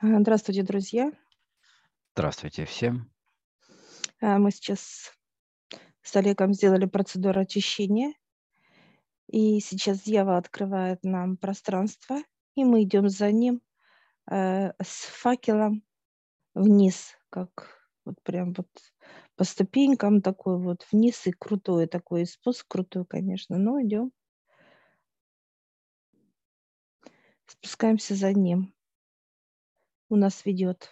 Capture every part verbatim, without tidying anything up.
А, Здравствуйте, друзья. Здравствуйте всем. А, Мы сейчас с Олегом сделали процедуру очищения, и сейчас дьявол открывает нам пространство, и мы идем за ним э, с факелом вниз, как вот прям вот по ступенькам такой вот вниз, и крутой такой и спуск крутой, конечно, но идем, спускаемся за ним. У нас ведет.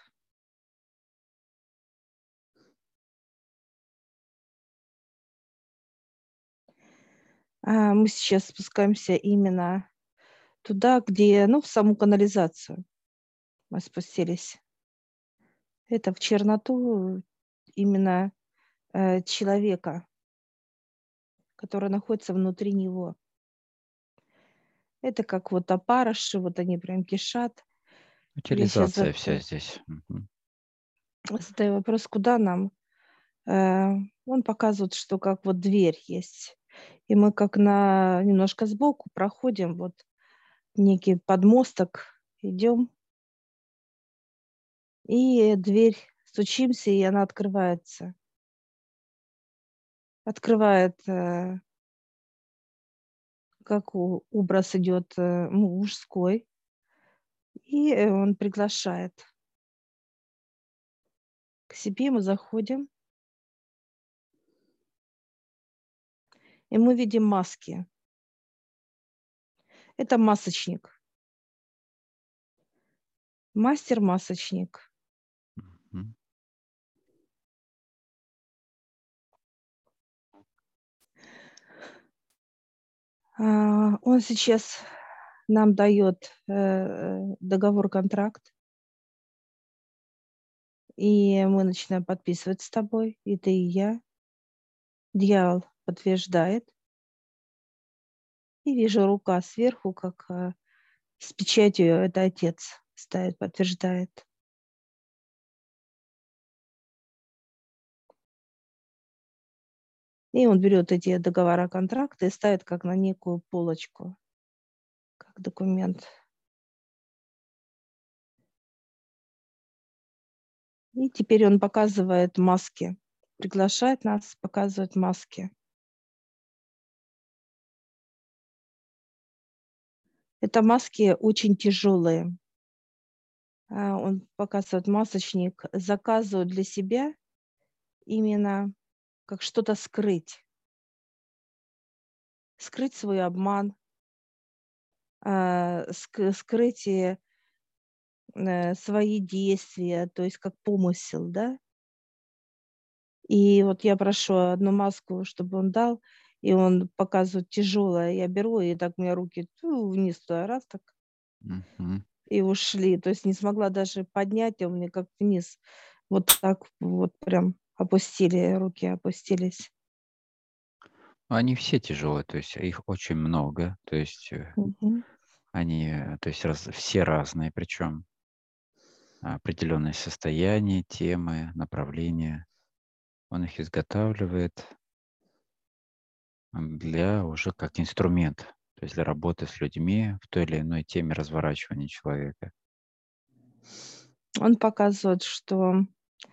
А, Мы сейчас спускаемся именно туда, где, ну, в саму канализацию мы спустились. Это в черноту именно, э, человека, который находится внутри него. Это как вот опарыши, вот они прям кишат. Я сейчас Утилизация вся здесь. Мгм. задаю вопрос: "Куда нам?" Э, Он показывает, что как вот дверь есть, и мы как на немножко сбоку проходим, вот некий подмосток, идем, и дверь стучимся, и она открывается. Открывает, э, как у образ идет, э, му мужской, и, э, он приглашает к себе. Мы заходим, и мы видим маски. Это масочник, мастер-масочник. Мгм. А, он сейчас нам дает, э, договор-контракт, и мы начинаем подписывать с тобой, и ты, и я. Дьявол подтверждает, и вижу, рука сверху, как, э, с печатью, это отец ставит, подтверждает. И он берет эти договора-контракты и ставит как на некую полочку, как документ. И теперь он показывает маски, приглашает нас, показывает маски. Это маски очень тяжелые. А, он показывает масочник, заказывает для себя именно как что-то скрыть, скрыть свой обман, а, ск скрыть, э, э, свои действия, то есть как помысел, да. И вот я прошу одну маску, чтобы он дал, и он показывает тяжелое. Я беру, и так у меня руки тю вниз туда, раз так, Мгм. и ушли. То есть не смогла даже поднять, а у меня как вниз. Вот так вот прям опустили, руки опустились. Они все тяжелые, то есть их очень много, то есть э, Мгм. они, э, то есть раз- все разные, причем определенные состояния, темы, направления. Он их изготавливает м, для уже как инструмент, то есть для работы с людьми в той или иной теме разворачивания человека. Он показывает, что,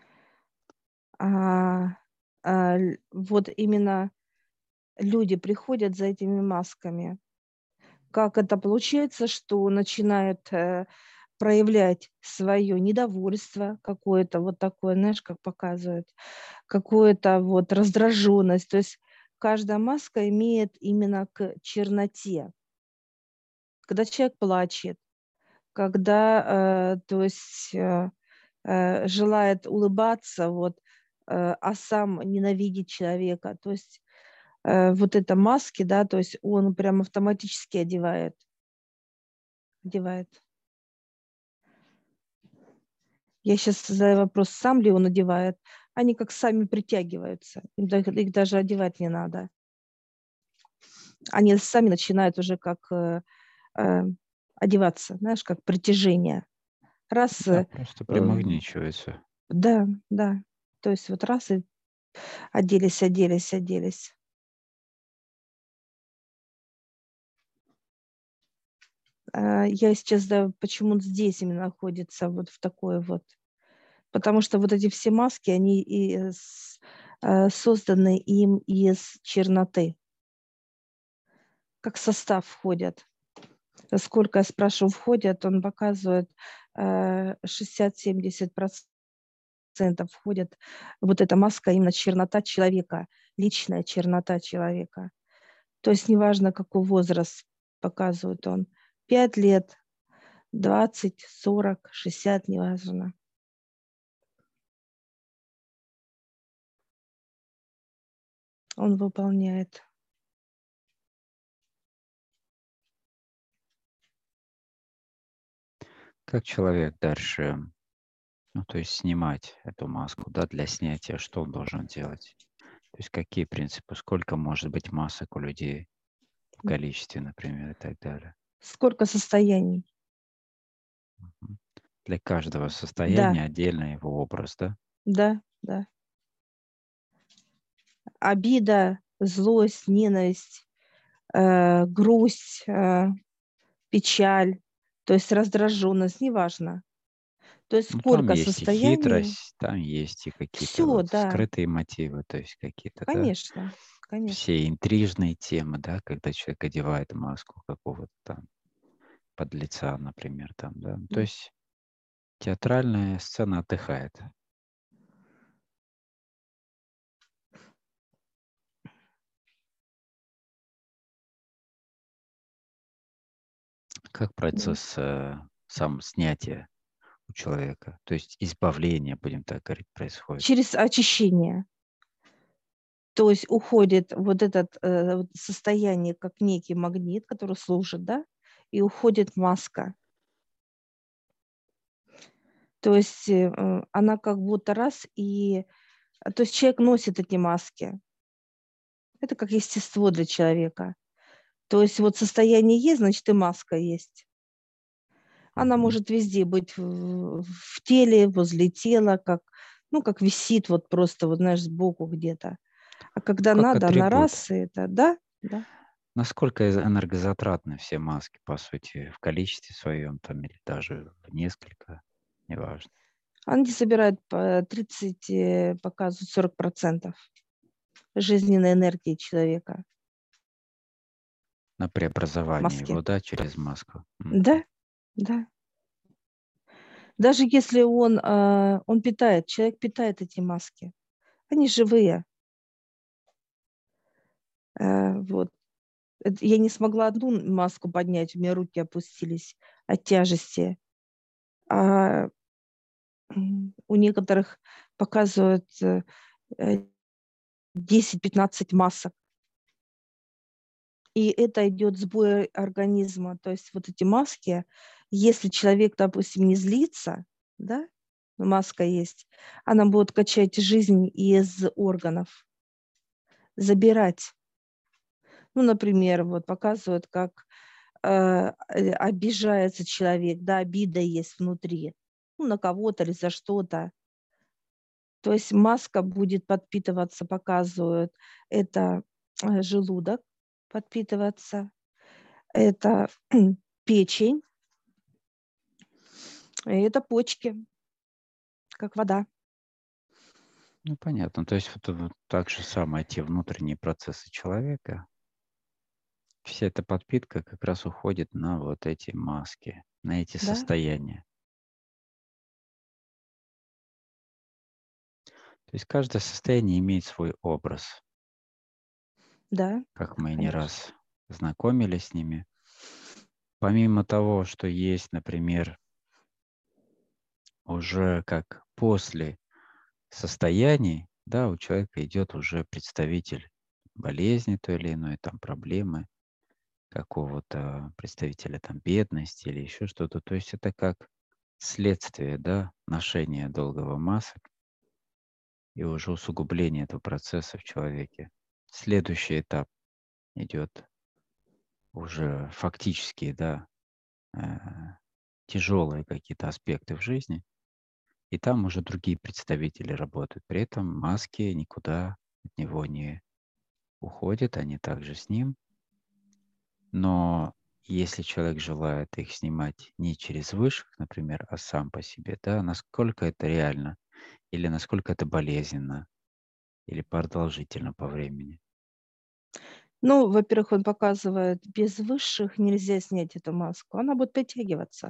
а, а, ль вот именно люди приходят за этими масками. Как это получается, что начинают, э, проявлять свое недовольство какое-то, вот такое, знаешь, как показывает, какую-то вот раздраженность. То есть каждая маска имеет именно к черноте. Когда человек плачет, когда, э, то есть, э, э, желает улыбаться, вот, э, а сам ненавидит человека. То есть, э, вот это маски, да, то есть он прям автоматически одевает одевает. Я сейчас задаю вопрос, сам ли он одевает. Они как сами притягиваются. Им да их даже одевать не надо. Они сами начинают уже как, э, э, одеваться, знаешь, как притяжение. Раз, Да, э, просто э, примагничивается. да, да. То есть вот раз и оделись, оделись, оделись. э, я сейчас знаю, почему здесь именно находится вот в такой вот. Потому что вот эти все маски, они и с э, созданы им из черноты. Как состав входят. Сколько, я спрашиваю, входят, он показывает, э, шестьдесят-семьдесят процентов входит вот эта маска, именно чернота человека, личная чернота человека. То есть неважно, какой возраст показывает он. пять лет, двадцать, сорок, шестьдесят, неважно. Он выполняет. Как человек дальше, ну, то есть снимать эту маску, да, для снятия, что он должен делать? То есть какие принципы, сколько может быть масок у людей в количестве, например, и так далее? Сколько состояний? Мгм. Для каждого Да, состояния отдельно его образ, да? да, да. Обида, злость, ненависть, э, грусть, э, печаль, то есть раздраженность, неважно. То есть Ну, там сколько есть и состояний. хитрость, там есть и какие-то Все, вот да, скрытые мотивы, то есть какие-то, да, конечно, конечно. все интрижные темы, да, когда человек одевает маску какого-то там подлеца, например, там, да. То М. есть театральная сцена отдыхает. Как М. процесс э, сам снятия у человека, то есть избавление, будем так говорить, происходит. Через очищение. То есть уходит вот этот, э, вот состояние как некий магнит, который служит, да, и уходит маска. То есть, э, э, она как будто раз и а, то есть человек носит эти маски. Это как естество для человека. То есть вот состояние есть, значит, и маска есть. Она Мгм. может везде быть в в теле, возле тела, как, ну, как висит вот просто, вот знаешь, сбоку где-то. А Ну, когда как надо, она атрибут. раз и это да, да. Насколько эз- энергозатратны все маски, по сути, в количестве своем там или даже в несколько, неважно, Они собирают по тридцать, э, показывают сорок процентов жизненной энергии человека, на преобразование маски. его, да, через маску. Да, Мгм. да. Даже если он, а, он питает, человек питает эти маски. Они живые. Э, вот. Эт я не смогла одну маску поднять, у меня руки опустились от тяжести. А, м, у некоторых показывают, э, э, десять-пятнадцать масок. И это идет сбой организма. То есть вот эти маски, если человек, допустим, не злится, да, маска есть, она будет качать жизнь из органов, забирать. Ну, например, вот показывают, как, э, э, обижается человек, да, обида есть внутри, ну, на кого-то или за что-то. То есть маска будет подпитываться, показывают, это, э, желудок подпитываться, это печень, и это почки, как вода. Ну, понятно. То есть вот, вот так же самое те внутренние процессы человека, вся эта подпитка как раз уходит на вот эти маски, на эти Да, состояния. То есть каждое состояние имеет свой образ, да, как мы не конечно. раз знакомились с ними. Помимо того, что есть, например, уже как после состояний, да, у человека идет уже представитель болезни той или иной, там проблемы, какого-то представителя там бедности или еще что-то. То есть это как следствие, да, ношения долгого масок и уже усугубление этого процесса в человеке. Следующий этап идет уже фактически, да, э, тяжелые какие-то аспекты в жизни, и там уже другие представители работают. При этом маски никуда от него не уходят, они также с ним. Но если человек желает их снимать не через высших, например, а сам по себе, да, насколько это реально, или насколько это болезненно, или продолжительно по времени? Ну, во-первых, он показывает, без высших нельзя снять эту маску, она будет притягиваться.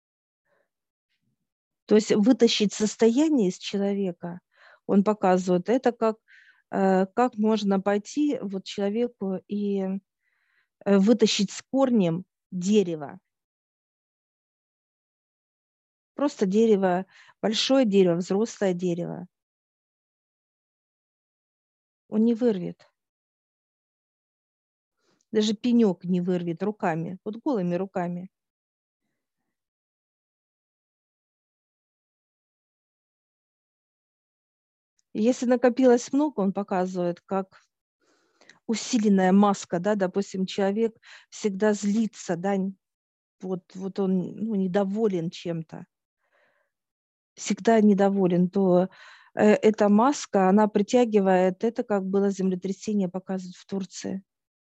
То есть вытащить состояние из человека, он показывает, это как, э, как можно пойти вот человеку и э, вытащить с корнем дерево. Просто дерево, большое дерево, взрослое дерево. Он не вырвет. Даже пенек не вырвет руками, вот голыми руками. И если накопилось много, он показывает, как усиленная маска, да, допустим, человек всегда злится, да, н- вот, вот он ну, недоволен чем-то, всегда недоволен, то э, эта маска, она притягивает, это как было землетрясение, показывают в Турции.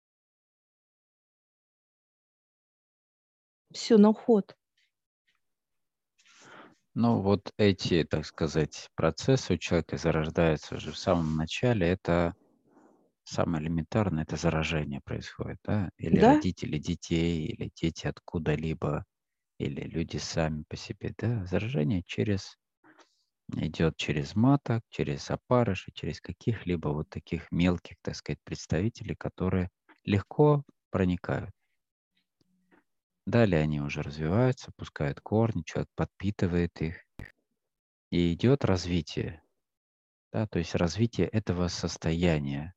Все на уход. Ну, вот эти, так сказать, процессы у человека зарождаются уже в самом начале. Это самое элементарное, это заражение происходит, да? Или Да? родители детей, или дети откуда-либо, или люди сами по себе, да? Заражение через идет через маток, через опарыши, через каких-либо вот таких мелких, так сказать, представителей, которые легко проникают. Далее они уже развиваются, пускают корни, человек подпитывает их, и идет развитие, да, то есть развитие этого состояния.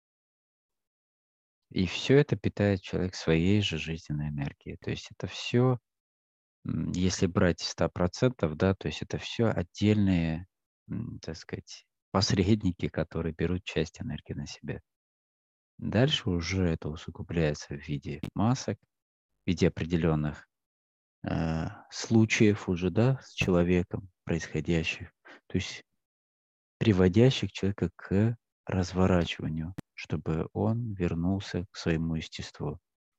И все это питает человек своей же жизненной энергией. То есть это все, если брать сто процентов, да, то есть это все отдельные, м, так сказать, посредники, которые берут часть энергии на себя. Дальше уже это усугубляется в виде масок, в виде определенных э, случаев уже, да, с человеком происходящих, то есть приводящих человека к разворачиванию, чтобы он вернулся к своему естеству.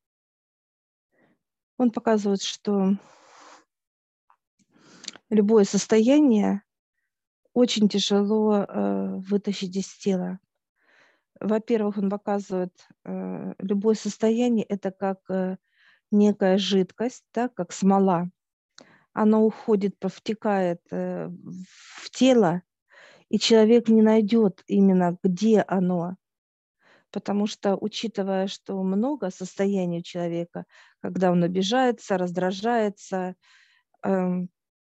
Он показывает, что любое состояние очень тяжело э, вытащить из тела. Во-первых, он показывает, э, любое состояние – это как э, некая жидкость, да, как смола. Она уходит, повтекает э, в тело, и человек не найдет именно, где оно. Потому что, учитывая, что много состояний у человека, когда он обижается, раздражается, эм,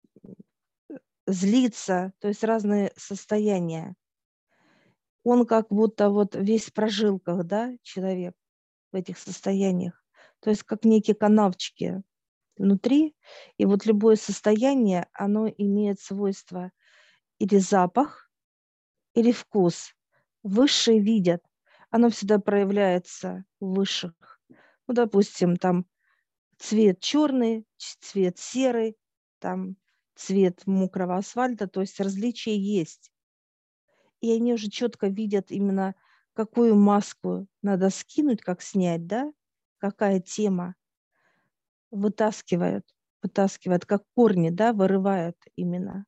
злится, то есть разные состояния. Он как будто вот весь в прожилках, да, человек в этих состояниях. То есть как некие канавчики внутри. И вот любое состояние, оно имеет свойство или запах, или вкус. Высшие видят. Оно всегда проявляется у высших. Ну, допустим, там цвет черный, цвет серый, там цвет мокрого асфальта. То есть различия есть. И они уже четко видят именно, какую маску надо скинуть, как снять, да, какая тема, вытаскивают, вытаскивают, как корни, да, вырывают именно.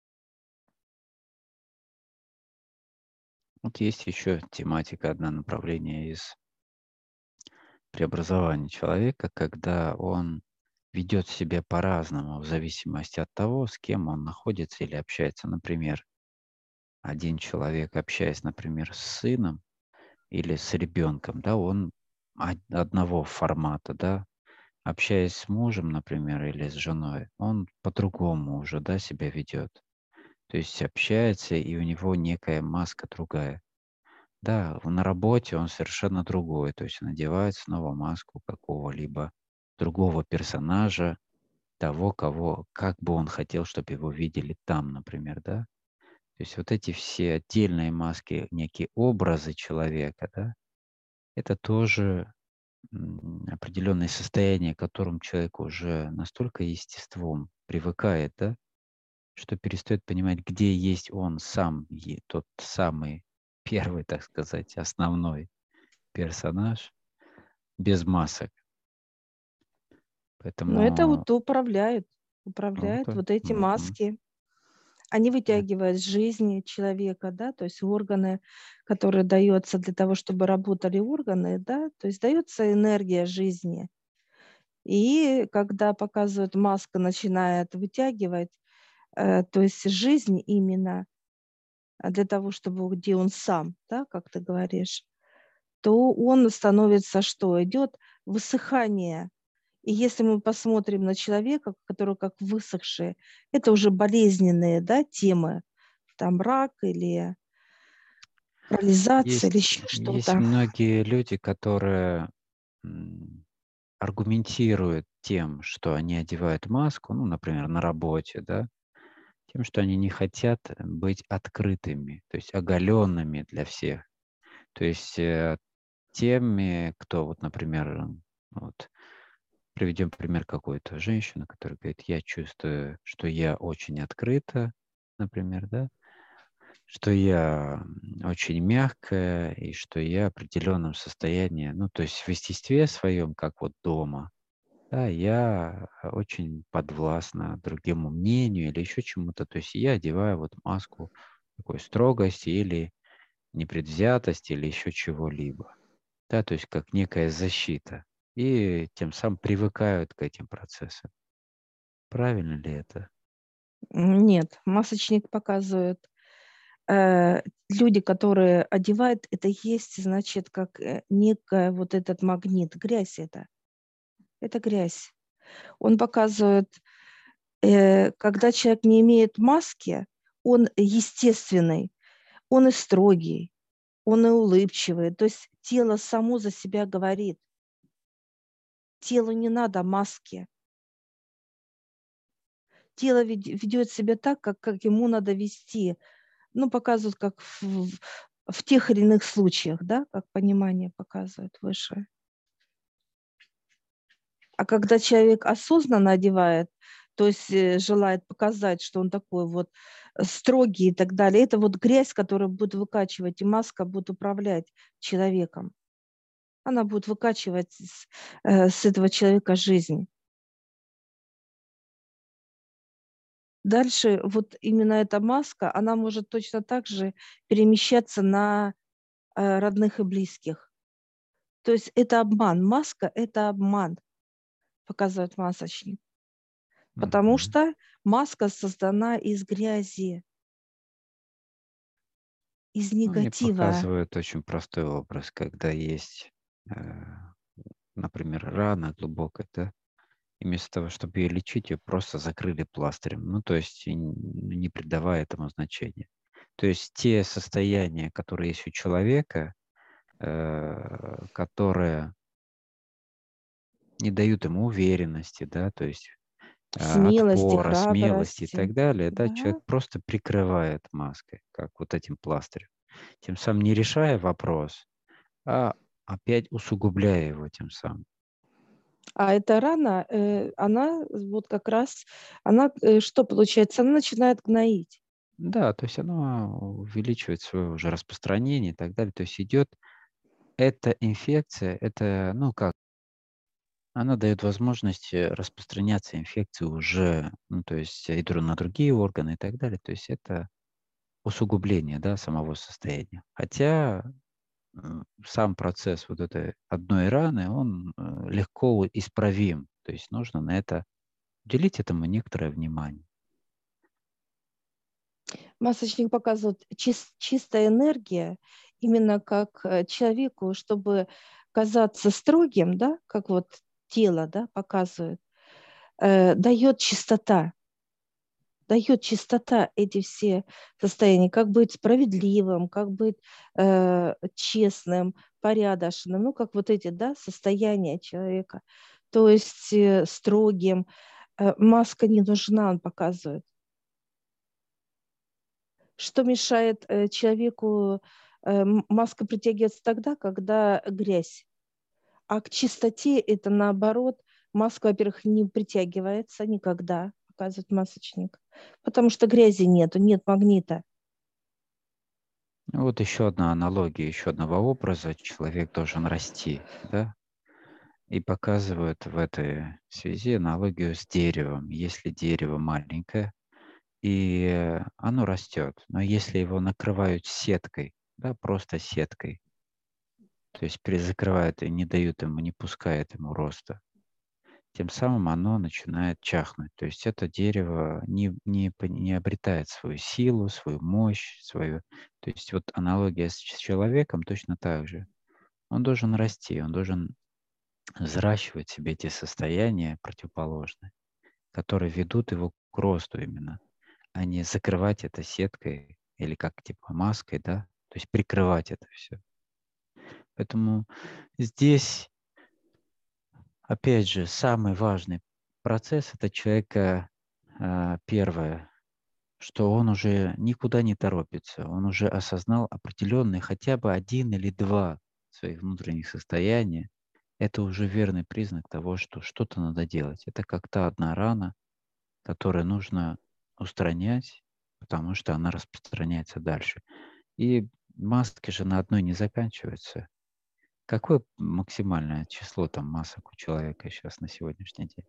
Вот есть еще тематика, одно направление из преобразования человека, когда он ведет себя по-разному в зависимости от того, с кем он находится или общается. Например, один человек, общаясь, например, с сыном или с ребенком, да, он од- одного формата, да, общаясь с мужем, например, или с женой, он по-другому уже, да, себя ведет. То есть общается, и у него некая маска другая. Да, в- на работе он совершенно другой, то есть он надевает снова маску какого-либо другого персонажа, того, кого, как бы он хотел, чтобы его видели там, например, да. То есть вот эти все отдельные маски, некие образы человека, да, это тоже м, определенное состояние, к которому человек уже настолько естеством привыкает, да, что перестает понимать, где есть он сам, и тот самый первый, так сказать, основной персонаж без масок. Но это Поэтому вот управляет, вот, управляет э, вот эти мгм. маски. Они Э, вытягивают с жизни человека, да, то есть органы, которые дается для того, чтобы работали органы, да, то есть дается энергия жизни. И когда показывают, маска начинает вытягивать, э, то есть жизнь именно а, для того, чтобы вот где он сам, да, как ты говоришь, то он становится что? Идет высыхание. И если мы посмотрим на человека, который как высохший, это уже болезненные, да, темы, там рак или парализация или есть еще есть что-то. многие люди, которые, м, аргументируют тем, что они одевают маску, ну, например, на работе, да, тем, что они не хотят быть открытыми, то есть оголенными для всех. То есть, э, теми, кто вот, например, вот приведем пример какой-то женщины, которая говорит: "Я чувствую, что я очень открыта", например, да, что я, м, очень мягкая и что я в определенном состоянии, ну, то есть в естестве своем, как вот дома, да, я очень подвластна другому мнению или еще чему-то. То есть я одеваю вот маску такой строгости или непредвзятости, или еще чего-либо. Да, то есть как некая защита. И тем самым привыкают к этим процессам. Правильно ли это? М, Нет, масочник показывает. э, Люди, которые одевают, это есть, значит, как э, некая вот этот магнит. Грязь это. Это грязь. Он показывает, э, когда человек не имеет маски, он естественный, он и строгий, он и улыбчивый. То есть тело само за себя говорит. Телу не надо маски. Тело ведет себя так, как, как ему надо вести. Ну, показывают, как в, в- в тех или иных случаях, да, как понимание показывают выше. А когда человек осознанно одевает, то есть э, желает показать, что он такой вот э, строгий и так далее, это вот грязь, которая будет выкачивать, и маска будет управлять человеком. Она будет выкачивать с, э, с этого человека жизнь. Дальше вот именно эта маска, она может точно так же перемещаться на э, родных и близких. То есть это обман. Маска – это обман, показывает масочник. Потому Мгм. что маска создана из грязи, из Ну, они негатива. показывают очень простой образ, когда есть, э, например, рана глубокая, да, и вместо того, чтобы ее лечить, ее просто закрыли пластырем, ну, то есть и н- не придавая этому значения. То есть те состояния, которые есть у человека, э, которые не дают ему уверенности, да, то есть а, Смелости, отпора, смелости и храбрости. так далее, да, человек Да. просто прикрывает маской, как вот этим пластырем, тем самым не решая вопрос, а опять усугубляя его тем самым. А эта рана, э, она вот как раз, она э, что получается? Она начинает гноить. Да, то есть оно увеличивает свое уже распространение и так далее. То есть идет эта инфекция, это, ну как, она дает возможность э, распространяться инфекции уже, ну то есть я иду на другие органы и так далее. То есть это усугубление, да, самого состояния. Хотя м, сам процесс вот этой одной раны, он э, легко исправим. То есть нужно на это уделить этому некоторое внимание. Масочник показывает чис- чистая энергия, именно как э, человеку, чтобы казаться строгим, да, как вот тело, да, показывает, э, дает чистота, дает чистота эти все состояния, как быть справедливым, как быть э, честным, порядочным, ну, как вот эти, да, состояния человека, то есть э, строгим. Э, маска не нужна, он показывает. Что мешает э, человеку, э, м- маска притягивается тогда, когда грязь, а к чистоте это наоборот, маска, во-первых, не притягивается никогда, показывает масочник, потому что грязи нету, нет магнита. Ну, вот еще одна аналогия, еще одного образа. Человек должен расти, да? И показывают в этой связи аналогию с деревом. Если дерево маленькое, и оно растет, но если его накрывают сеткой, да, просто сеткой, то есть перезакрывают и не дают ему, не пускают ему роста, тем самым оно начинает чахнуть. То есть это дерево не, не, по- не обретает свою силу, свою мощь, свою... То есть вот аналогия с ч- человеком точно так же. Он должен расти, он должен взращивать в себе эти состояния противоположные, которые ведут его к росту именно, а не закрывать это сеткой или как типа маской, да, то есть прикрывать это все. Поэтому здесь, опять же, самый важный процесс это человека а, первое, что он уже никуда не торопится, он уже осознал определенный хотя бы один или два своих внутренних состояния. Это уже верный признак того, что что-то надо делать. Это как та одна рана, которую нужно устранять, потому что она распространяется дальше. И маски же на одной не заканчиваются. Какое максимальное число там масок у человека сейчас на сегодняшний день?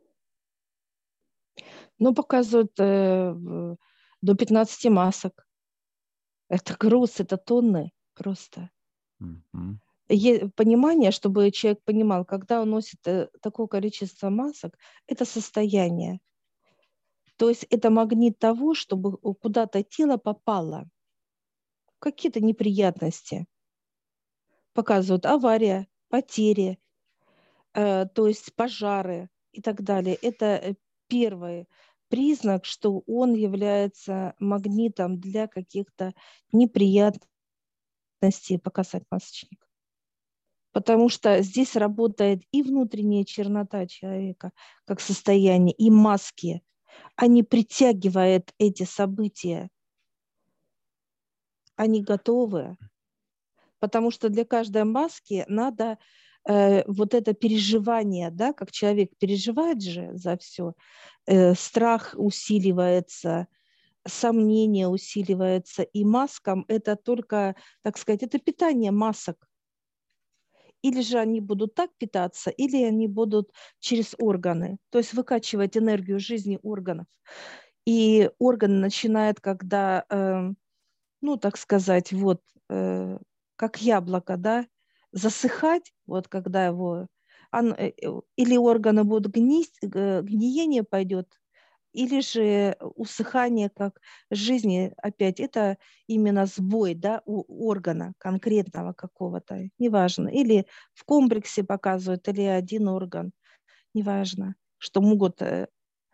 Ну, показывают э, в- до пятнадцати масок. Это груз, это тонны просто. Мгм. Е- понимание, чтобы человек понимал, когда он носит э, такое количество масок, это состояние. То есть это магнит того, чтобы куда-то тело попало. Какие-то неприятности. Показывают авария, потери, э, то есть пожары и так далее. Это э, первый признак, что он является магнитом для каких-то неприятностей, показать масочник. Потому что здесь работает и внутренняя чернота человека, как состояние, и маски. Они притягивают эти события. Они готовы. Потому что для каждой маски надо э, вот это переживание, да, как человек переживает же за все, э, страх усиливается, сомнение усиливается, и маскам это только, так сказать, это питание масок. Или же они будут так питаться, или они будут через органы, то есть выкачивать энергию жизни органов. И орган начинает, когда, э, ну, так сказать, вот, э, как яблоко, да, засыхать, вот когда его, он, э, э, или органы будут гнить, г- гниение пойдет, или же усыхание как жизни опять. Это именно сбой, да, у органа конкретного какого-то, неважно. Или в комплексе показывают, или один орган, неважно, что могут э,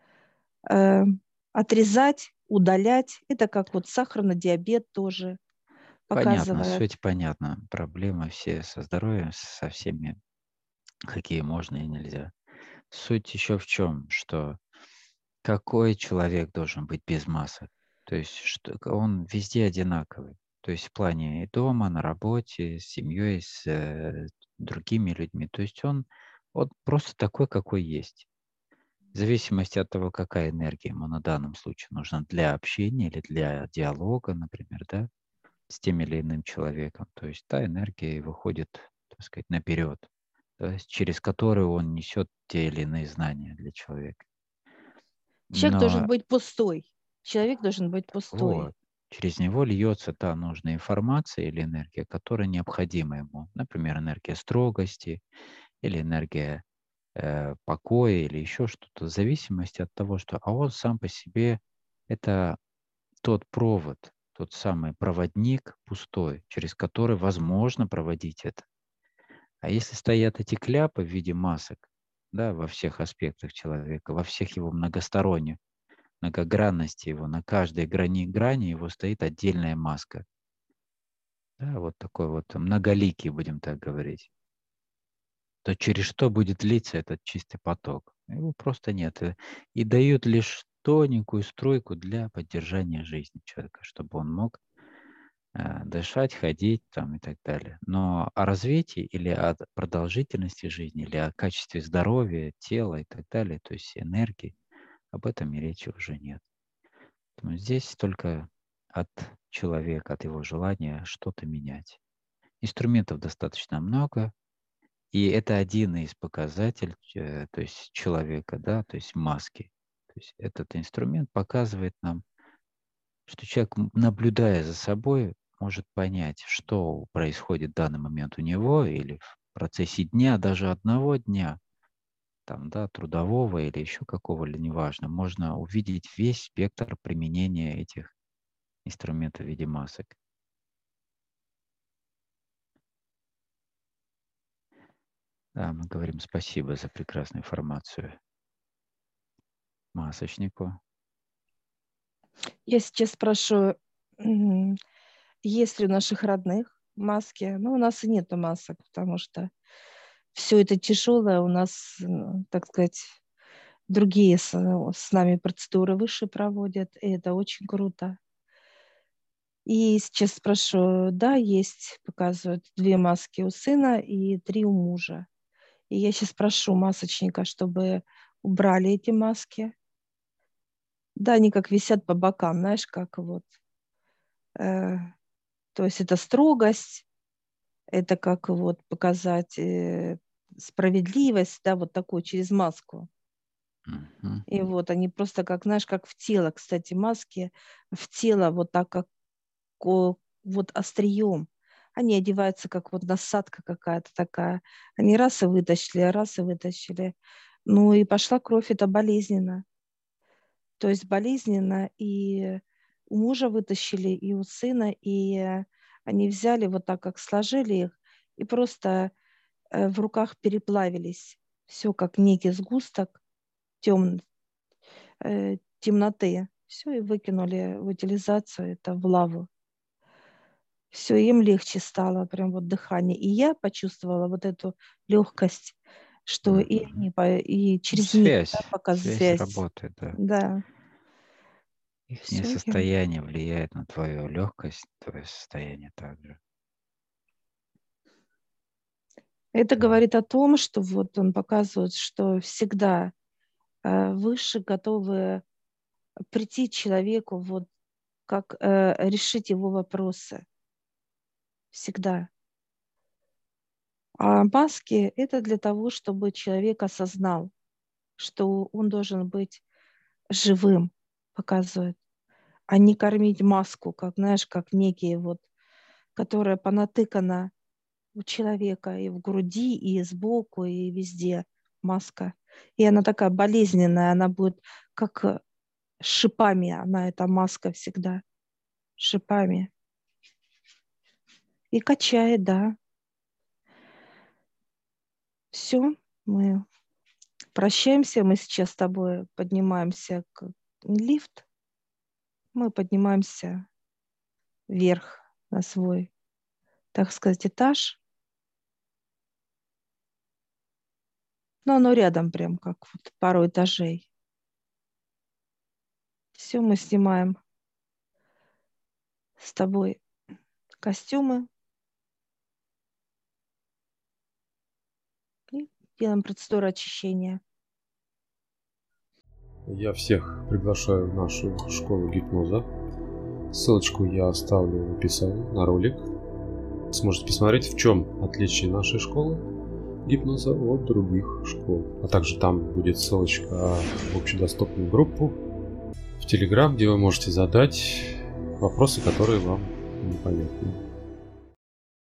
э, отрезать, удалять. Это как вот сахарный диабет тоже Понятно, показывает. суть понятна. Проблемы все со здоровьем, со всеми, какие можно и нельзя. Суть еще в чем, что какой человек должен быть без масок? То есть что к он везде одинаковый. То есть в плане и дома, на работе, с семьей, с, э, другими людьми. То есть он вот просто такой, какой есть. В зависимости от того, какая энергия ему на данном случае нужна для общения или для диалога, например, да, с тем или иным человеком. То есть та энергия и выходит, так сказать, наперед, то есть через которую он несет те или иные знания для человека. Человек должен Но быть пустой. Человек должен быть пустой. вот. Через него льется та нужная информация или энергия, которая необходима ему. Например, энергия строгости или энергия э, покоя или еще что-то, в зависимости от того, что... А он сам по себе это тот провод, тот самый проводник пустой, через который возможно проводить это. А если стоят эти кляпы в виде масок, да, во всех аспектах человека, во всех его многосторонних, многогранности его, на каждой грани, грани его стоит отдельная маска. Да, вот такой вот многоликий, будем так говорить. То через что будет литься этот чистый поток? Его просто нет. И и дают лишь тоненькую струйку для поддержания жизни человека, чтобы он мог э, дышать, ходить там и так далее. Но о развитии или о продолжительности жизни, или о качестве здоровья, тела и так далее, то есть энергии, об этом и речи уже нет. Поэтому здесь только от человека, от его желания что-то менять. Инструментов достаточно много, И это один из показателей, э, то есть человека, да, то есть маски. То есть этот инструмент показывает нам, что человек, м, наблюдая за собой, может понять, что происходит в данный момент у него или в процессе дня, даже одного дня, там, да, трудового или еще какого-либо, неважно, можно увидеть весь спектр применения этих инструментов в виде масок. Да, мы говорим спасибо за прекрасную информацию масочнику. Я сейчас спрашиваю, м, есть ли у наших родных маски? Ну, у нас и нету масок, потому что все это тяжелое. У нас, м, так сказать, другие с, э, с нами процедуры выше проводят, и это очень круто. И сейчас спрашиваю, да, есть, показывают две маски у сына и три у мужа. И я сейчас прошу масочника, чтобы убрали эти маски. Да, они как висят по бокам, знаешь, как вот. э, То есть это строгость, это как вот показать э, справедливость, да, вот такую через маску. Мгм. И вот они просто как, знаешь, как в тело, кстати, маски в тело вот так как ко- вот острием. Они одеваются как вот насадка какая-то такая. Они раз и вытащили, раз и вытащили. Ну и пошла кровь, это болезненно. То есть болезненно и у мужа вытащили, и у сына, и э, они взяли вот так, как сложили их, и просто э, в руках переплавились. Все как некий сгусток тем, э, темноты. Все, и выкинули в утилизацию, это в лаву. Все, им легче стало, прям вот дыхание. И я почувствовала вот эту легкость, что и Мгм. они, по- и Ну, через них, да, связь, пока связь связь. работает, да. Да, Ихнее все, я... состояние влияет на твою легкость, твое состояние также. Это Да. говорит о том, что вот он показывает, что всегда э, выше готовы прийти человеку, вот как э, решить его вопросы. Всегда. А маски– это для того, чтобы человек осознал, что он должен быть живым, показывает, а не кормить маску, как, знаешь, как некие вот, которая понатыкана у человека и в груди, и сбоку, и везде маска. И она такая болезненная, она будет как э, шипами, она, эта маска всегда шипами. И качает, да. Все, мы прощаемся, мы сейчас с тобой поднимаемся к лифт, мы поднимаемся вверх на свой, так сказать, этаж. Но оно рядом прям, как вот пару этажей. Все, мы снимаем с тобой костюмы и делаем процедуру очищения. Я всех приглашаю в нашу школу гипноза. Ссылочку я оставлю в описании на ролик. Сможете посмотреть, в чем отличие нашей школы гипноза от других школ. А также там будет ссылочка в общедоступную группу в Telegram, где вы можете задать вопросы, которые вам непонятны.